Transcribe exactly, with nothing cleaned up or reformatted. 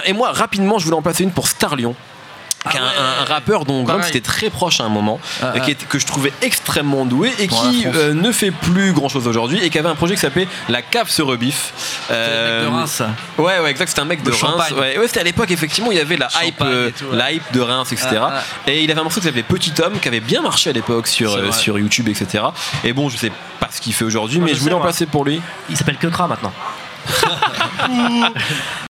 Et moi, rapidement, je voulais en placer une pour Starlion. Ah ouais, un, un rappeur dont Grunt était très proche à un moment, ah, ah. Qui est, que je trouvais extrêmement doué et pour qui euh, ne fait plus grand chose aujourd'hui et qui avait un projet qui s'appelait La Cave se rebiffe. Euh, le mec de Reims. Ouais, ouais, exact, c'était un mec de, de Reims. Ouais, ouais, c'était à l'époque, effectivement, il y avait la hype, euh, tout, ouais. la hype de Reims, et cetera. Ah, ah. Et il avait un morceau qui s'appelait Petit Homme qui avait bien marché à l'époque sur, euh, sur YouTube, et cetera. Et bon, je sais pas ce qu'il fait aujourd'hui, mais je, je voulais sais, en placer pour lui. Il s'appelle Kekra maintenant.